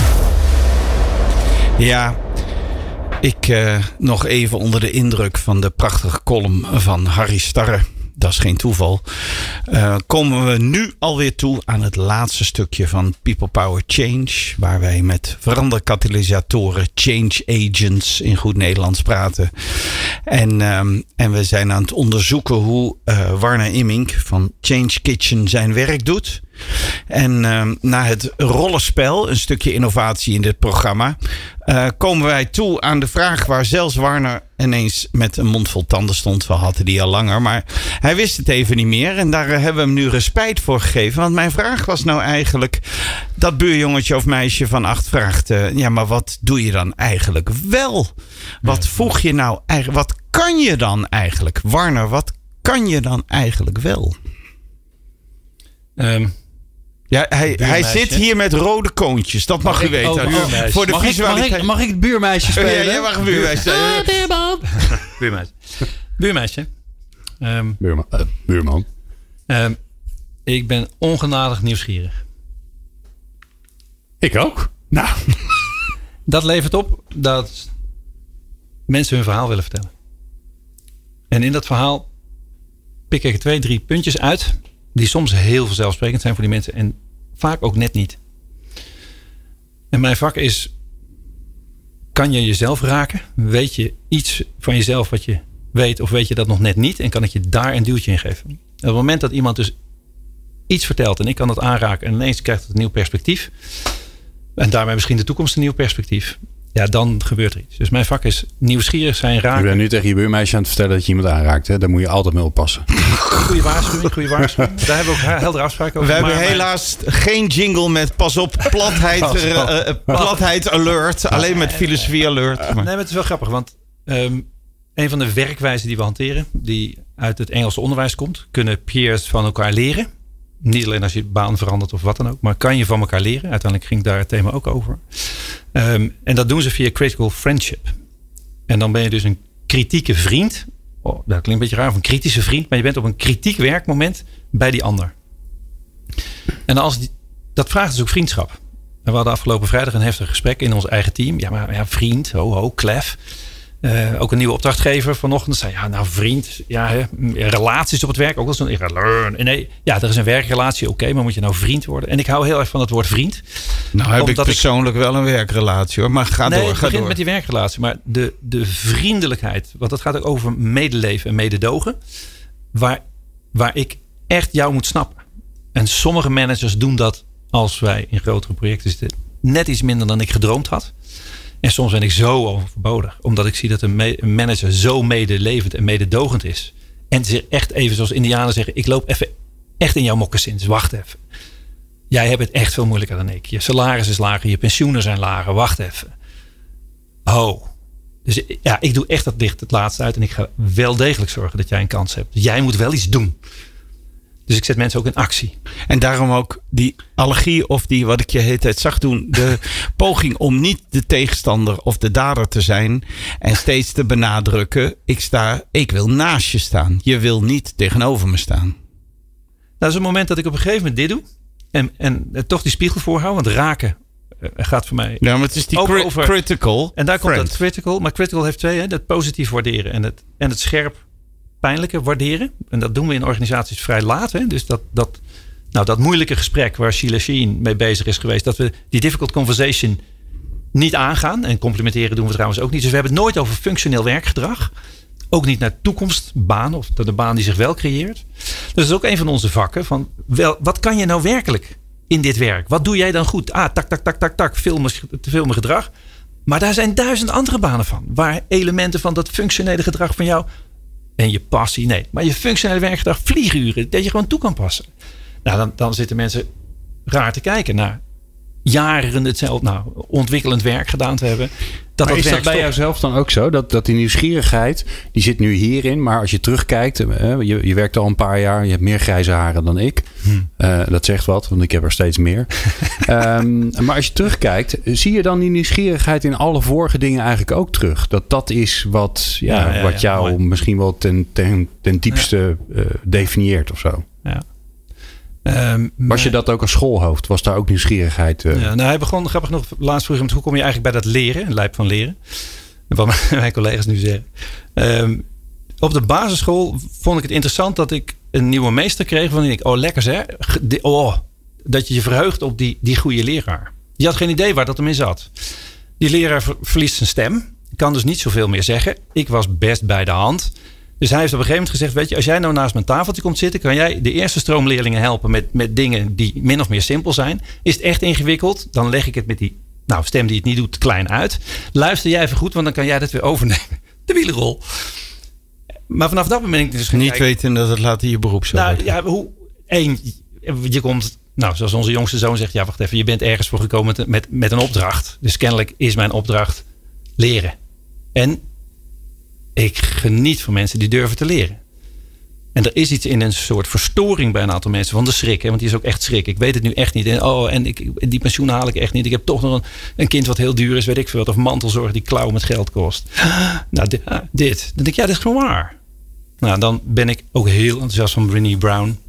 Ja, ik nog even onder de indruk van de prachtige column van Harry Starre. Dat is geen toeval. Komen we nu alweer toe aan het laatste stukje van People Power Change. Waar wij met veranderkatalysatoren, change agents in goed Nederlands praten. En we zijn aan het onderzoeken hoe Warner Immink van Change Kitchen zijn werk doet. En na het rollenspel, een stukje innovatie in dit programma, komen wij toe aan de vraag waar zelfs Warner ineens met een mond vol tanden stond. We hadden die al langer, maar hij wist het even niet meer. En daar hebben we hem nu respijt voor gegeven. Want mijn vraag was nou eigenlijk: dat buurjongetje of meisje van 8 vraagt: ja, maar wat doe je dan eigenlijk wel? Wat voeg je nou eigenlijk? Wat kan je dan eigenlijk? Warner, wat kan je dan eigenlijk wel? Ja, hij zit hier met rode koontjes. Dat mag u weten. Voor de visualiteit. Mag ik het buurmeisje spelen? Ja, jij mag een buurmeisje. Buurmeisje. Buurman. Ik ben ongenadig nieuwsgierig. Ik ook. Nou. Dat levert op dat mensen hun verhaal willen vertellen. En in dat verhaal pik ik 2, 3 puntjes uit die soms heel vanzelfsprekend zijn voor die mensen en vaak ook net niet. En mijn vak is: kan je jezelf raken? Weet je iets van jezelf wat je weet of weet je dat nog net niet? En kan ik je daar een duwtje in geven? Op het moment dat iemand dus iets vertelt en ik kan dat aanraken en ineens krijgt het een nieuw perspectief en daarmee misschien de toekomst een nieuw perspectief, ja, dan gebeurt er iets. Dus mijn vak is nieuwsgierig zijn, raken. Je bent nu tegen je buurmeisje aan het vertellen dat je iemand aanraakt. Hè? Daar moet je altijd mee oppassen. Goeie waarschuwing. Daar hebben we ook heldere afspraken over. We hebben helaas geen jingle met pas op, platheid alert. Alleen met filosofie alert. Nee, maar het is wel grappig. Want een van de werkwijzen die we hanteren, die uit het Engelse onderwijs komt, kunnen peers van elkaar leren. Niet alleen als je baan verandert of wat dan ook, maar kan je van elkaar leren. Uiteindelijk ging daar het thema ook over. En dat doen ze via critical friendship. En dan ben je dus een kritieke vriend. Oh, dat klinkt een beetje raar, of een kritische vriend. Maar je bent op een kritiek werkmoment bij die ander. En dat vraagt dus ook vriendschap. En we hadden afgelopen vrijdag een heftig gesprek in ons eigen team. Ja, maar vriend, klef. Ook een nieuwe opdrachtgever vanochtend zei, vriend, relaties op het werk, ook wel zo'n nee, er is een werkrelatie, oké, maar moet je nou vriend worden? En ik hou heel erg van het woord vriend. Nou heb ik persoonlijk wel een werkrelatie hoor, maar ga door. Het begint met die werkrelatie, maar de vriendelijkheid, want dat gaat ook over medeleven en mededogen, waar ik echt jou moet snappen. En sommige managers doen dat als wij in grotere projecten zitten, net iets minder dan ik gedroomd had. En soms ben ik zo overbodig. Omdat ik zie dat een manager zo medelevend en mededogend is. En ze echt even zoals Indianen zeggen. Ik loop even echt in jouw moccasins. Wacht even. Jij hebt het echt veel moeilijker dan ik. Je salaris is lager. Je pensioenen zijn lager. Wacht even. Dus ik doe echt dat licht het laatste uit. En ik ga wel degelijk zorgen dat jij een kans hebt. Jij moet wel iets doen. Dus ik zet mensen ook in actie. En daarom ook die allergie of die, wat ik je de hele tijd zag doen. De poging om niet de tegenstander of de dader te zijn. En steeds te benadrukken. Ik wil naast je staan. Je wil niet tegenover me staan. Dat is een moment dat ik op een gegeven moment dit doe. En toch die spiegel voorhoud. Want raken gaat voor mij. Ja, maar het is die over critical. En daar komt dat critical. Maar critical heeft twee. Dat positief waarderen en het scherp pijnlijke waarderen. En dat doen we in organisaties vrij laat. Hè? Dus dat moeilijke gesprek waar Sheila Sheen mee bezig is geweest. Dat we die difficult conversation niet aangaan. En complimenteren doen we trouwens ook niet. Dus we hebben het nooit over functioneel werkgedrag. Ook niet naar toekomstbaan of de baan die zich wel creëert. Dus dat is ook een van onze vakken. Van wat kan je nou werkelijk in dit werk? Wat doe jij dan goed? Tak, filmen gedrag. Maar daar zijn 1000 andere banen van. Waar elementen van dat functionele gedrag van jou en je passie, maar je functionele werkgedrag, vlieguren, dat je gewoon toe kan passen. Nou, dan zitten mensen raar te kijken naar jaren hetzelfde, ontwikkelend werk gedaan te hebben. Maar is dat bij jouzelf dan ook zo? Dat die nieuwsgierigheid, die zit nu hierin. Maar als je terugkijkt, je werkt al een paar jaar. Je hebt meer grijze haren dan ik. Dat zegt wat, want ik heb er steeds meer. Maar als je terugkijkt, zie je dan die nieuwsgierigheid in alle vorige dingen eigenlijk ook terug? Dat is wat jou mooi. Misschien wel ten diepste definieert of zo. Ja. Was je dat ook als schoolhoofd? Was daar ook nieuwsgierigheid? Hij begon grappig nog laatst vroeg met hoe kom je eigenlijk bij dat leren, een lijp van leren, wat mijn collega's nu zeggen. Op de basisschool vond ik het interessant dat ik een nieuwe meester kreeg van ik lekker zeg, dat je je verheugt op die goede leraar. Je had geen idee waar dat hem in zat. Die leraar verliest zijn stem, kan dus niet zoveel meer zeggen. Ik was best bij de hand. Dus hij heeft op een gegeven moment gezegd, weet je, als jij nou naast mijn tafeltje komt zitten, kan jij de eerste stroomleerlingen helpen met dingen die min of meer simpel zijn. Is het echt ingewikkeld, dan leg ik het met die stem die het niet doet klein uit. Luister jij even goed, want dan kan jij dat weer overnemen. De wielerrol. Maar vanaf dat moment ben ik dus niet weten dat het later je beroep zou worden. Je komt, zoals onze jongste zoon zegt, wacht even, je bent ergens voor gekomen met een opdracht. Dus kennelijk is mijn opdracht leren. En ik geniet van mensen die durven te leren. En er is iets in een soort verstoring bij een aantal mensen van de schrik. Hè? Want die is ook echt schrik. Ik weet het nu echt niet. En die pensioen haal ik echt niet. Ik heb toch nog een kind wat heel duur is. Weet ik veel wat. Of mantelzorg die klauw met geld kost. Dit. Dan denk ik, dit is gewoon waar. Dan ben ik ook heel enthousiast van Brené Brown.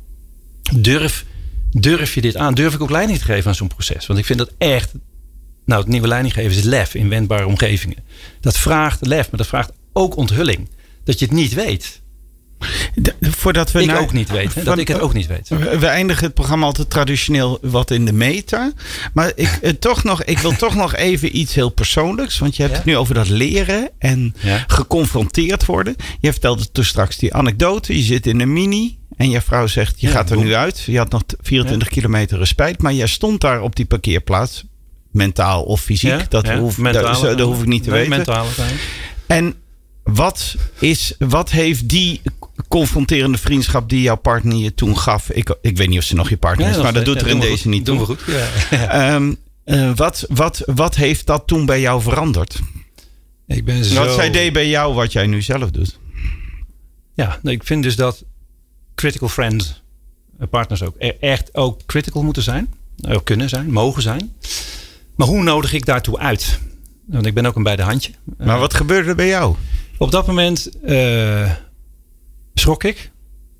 Durf je dit aan? Durf ik ook leiding te geven aan zo'n proces? Want ik vind dat echt. Het nieuwe leiding geven is lef in wendbare omgevingen. Dat vraagt lef, maar dat vraagt ook onthulling. Dat je het niet weet. Voordat we ook niet weet. Hè? Dat ik het ook niet weet. We eindigen het programma altijd traditioneel wat in de meta. Maar ik wil toch nog even iets heel persoonlijks. Want je hebt het nu over dat leren en geconfronteerd worden. Je vertelde toen straks die anekdote. Je zit in een mini en je vrouw zegt, je gaat er nu uit. Je had nog 24 kilometer respijt. Maar jij stond daar op die parkeerplaats. Mentaal of fysiek. Dat hoef ik niet te weten. Mentaal. En wat heeft die confronterende vriendschap die jouw partner je toen gaf? Ik weet niet of ze nog je partner is, maar dat doet er in deze niet toe. Doen we goed. Wat heeft dat toen bij jou veranderd? Wat zij deed bij jou, wat jij nu zelf doet? Ja, ik vind dus dat critical friends, partners ook, echt ook critical moeten zijn. Ook kunnen zijn, mogen zijn. Maar hoe nodig ik daartoe uit? Want ik ben ook een bij de handje. Maar wat gebeurde er bij jou? Op dat moment schrok ik.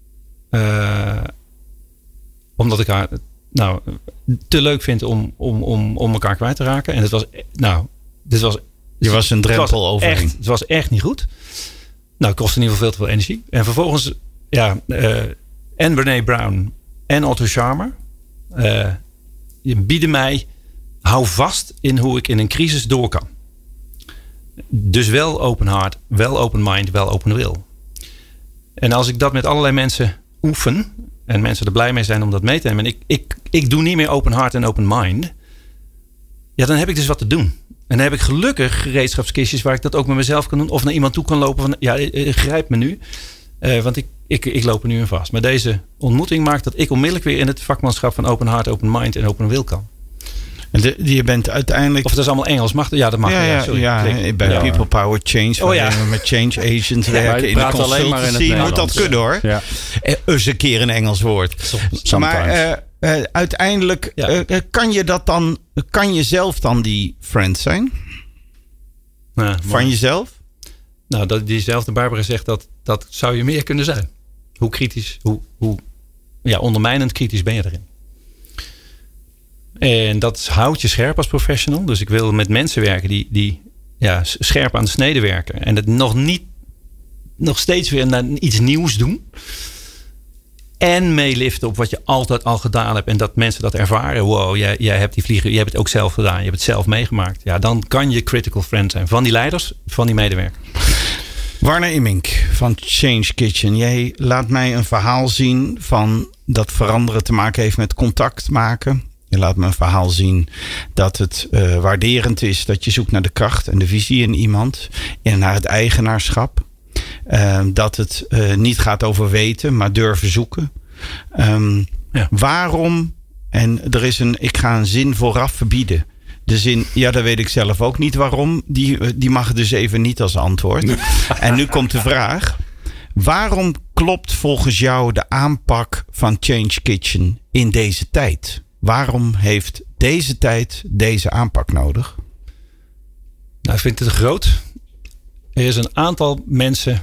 Omdat ik haar te leuk vind om elkaar kwijt te raken. En het was, je was een drempel overheen. Het was echt niet goed. Nou, het kostte in ieder geval veel te veel energie. En vervolgens, en Brené Brown en Otto Scharmer bieden mij, hou vast in hoe ik in een crisis door kan. Dus wel open heart, wel open mind, wel open will. En als ik dat met allerlei mensen oefen en mensen er blij mee zijn om dat mee te nemen. En ik doe niet meer open heart en open mind. Ja, dan heb ik dus wat te doen. En dan heb ik gelukkig gereedschapskistjes waar ik dat ook met mezelf kan doen. Of naar iemand toe kan lopen van, grijp me nu. Want ik loop er nu in vast. Maar deze ontmoeting maakt dat ik onmiddellijk weer in het vakmanschap van open heart, open mind en open will kan. En je bent uiteindelijk... Of dat is allemaal Engels. Ja, dat mag. Bij People Power Change. We met change agents werken in de consultancy. Moet dat kunnen hoor. Ja. Eens een keer een Engels woord. Maar uiteindelijk kan je dat dan... Kan je zelf dan die friend zijn? Van jezelf? Nou, diezelfde Barbara zegt dat zou je meer kunnen zijn. Hoe kritisch, hoe ondermijnend kritisch ben je erin? En dat houdt je scherp als professional. Dus ik wil met mensen werken die scherp aan de snede werken. En het nog steeds weer naar iets nieuws doen. En meeliften op wat je altijd al gedaan hebt. En dat mensen dat ervaren. Wow, jij hebt die vliegen. Je hebt het ook zelf gedaan. Je hebt het zelf meegemaakt. Ja, dan kan je critical friend zijn. Van die leiders, van die medewerkers. Warner Immink van Change Kitchen. Jij laat mij een verhaal zien van dat veranderen te maken heeft met contact maken. Je laat me een verhaal zien dat het waarderend is. Dat je zoekt naar de kracht en de visie in iemand. En naar het eigenaarschap. Dat het niet gaat over weten, maar durven zoeken. Waarom? En ik ga een zin vooraf verbieden. De zin, dat weet ik zelf ook niet waarom. Die mag dus even niet als antwoord. En nu komt de vraag. Waarom klopt volgens jou de aanpak van Change Kitchen in deze tijd? Waarom heeft deze tijd deze aanpak nodig? Nou, ik vind het groot. Er is een aantal mensen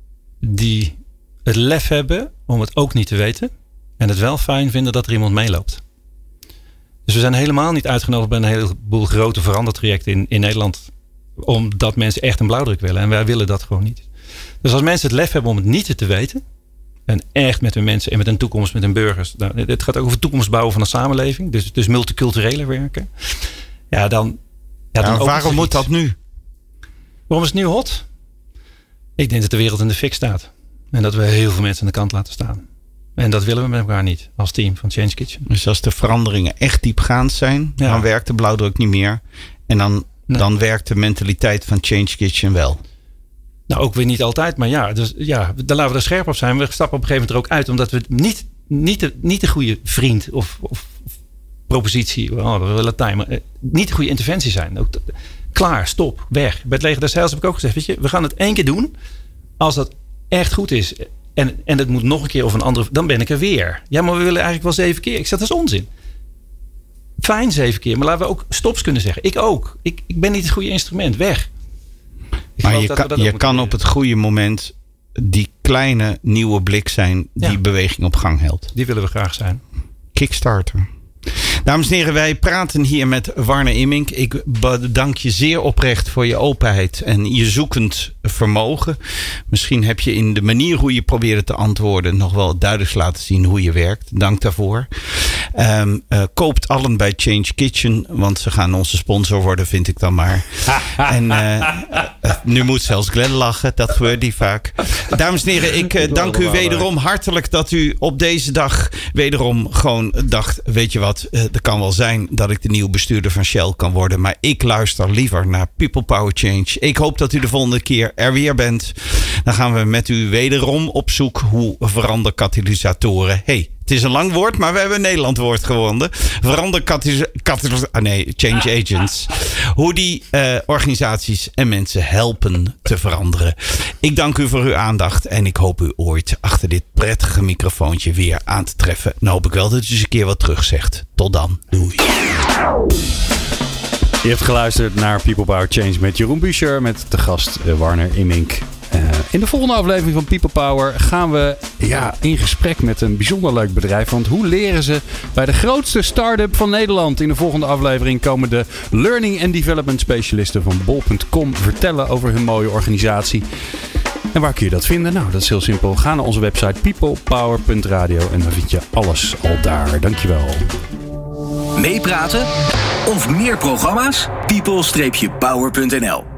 die het lef hebben om het ook niet te weten. En het wel fijn vinden dat er iemand meeloopt. Dus we zijn helemaal niet uitgenodigd bij een heleboel grote verandertrajecten in Nederland. Omdat mensen echt een blauwdruk willen. En wij willen dat gewoon niet. Dus als mensen het lef hebben om het niet te weten. En echt met hun mensen en met hun toekomst, met hun burgers. Nou, het gaat ook over toekomst bouwen van een samenleving. Dus multiculturele werken. Ja, dan waarom moet dat nu? Waarom is het nu hot? Ik denk dat de wereld in de fik staat. En dat we heel veel mensen aan de kant laten staan. En dat willen we met elkaar niet. Als team van Change Kitchen. Dus als de veranderingen echt diepgaand zijn. Dan werkt de blauwdruk niet meer. En dan werkt de mentaliteit van Change Kitchen wel. Nou, ook weer niet altijd. Maar dan laten we er scherp op zijn. We stappen op een gegeven moment er ook uit. Omdat we niet de goede vriend of propositie. Dat is Latijn. Maar niet de goede interventie zijn. Ook klaar, stop, weg. Bij het leger des Heils heb ik ook gezegd. Weet je, we gaan het 1 keer doen. Als dat echt goed is. En het moet nog een keer of een andere. Dan ben ik er weer. Ja, maar we willen eigenlijk wel 7 keer. Ik zeg, dat is onzin. Fijn 7 keer. Maar laten we ook stops kunnen zeggen. Ik ook. Ik ben niet het goede instrument. Weg. Maar je kan op het goede moment die kleine nieuwe blik zijn die beweging op gang helpt. Die willen we graag zijn. Kickstarter. Dames en heren, wij praten hier met Warner Immink. Ik bedank je zeer oprecht voor je openheid en je zoekend vermogen. Misschien heb je in de manier hoe je probeerde te antwoorden nog wel duidelijk laten zien hoe je werkt. Dank daarvoor. Koopt allen bij Change Kitchen, want ze gaan onze sponsor worden, vind ik dan maar. En nu moet zelfs Glenn lachen, dat gebeurt niet vaak. Dames en heren, ik dank u wederom hartelijk dat u op deze dag wederom gewoon dacht, weet je wat, het kan wel zijn dat ik de nieuwe bestuurder van Shell kan worden, maar ik luister liever naar People Power Change. Ik hoop dat u de volgende keer er weer bent. Dan gaan we met u wederom op zoek hoe veranderkatalysatoren. Het is een lang woord, maar we hebben een Nederland woord gewonnen. Change agents. Hoe die organisaties en mensen helpen te veranderen. Ik dank u voor uw aandacht en ik hoop u ooit achter dit prettige microfoontje weer aan te treffen. Nou hoop ik wel dat u eens een keer wat terug zegt. Tot dan. Doei. Je hebt geluisterd naar People Power Change met Jeroen Buescher. Met de gast Warner Immink. In de volgende aflevering van People Power gaan we in gesprek met een bijzonder leuk bedrijf. Want hoe leren ze bij de grootste start-up van Nederland? In de volgende aflevering komen de Learning and Development specialisten van bol.com vertellen over hun mooie organisatie. En waar kun je dat vinden? Nou, dat is heel simpel. Ga naar onze website peoplepower.radio en dan vind je alles al daar. Dankjewel. Meepraten of meer programma's? people-power.nl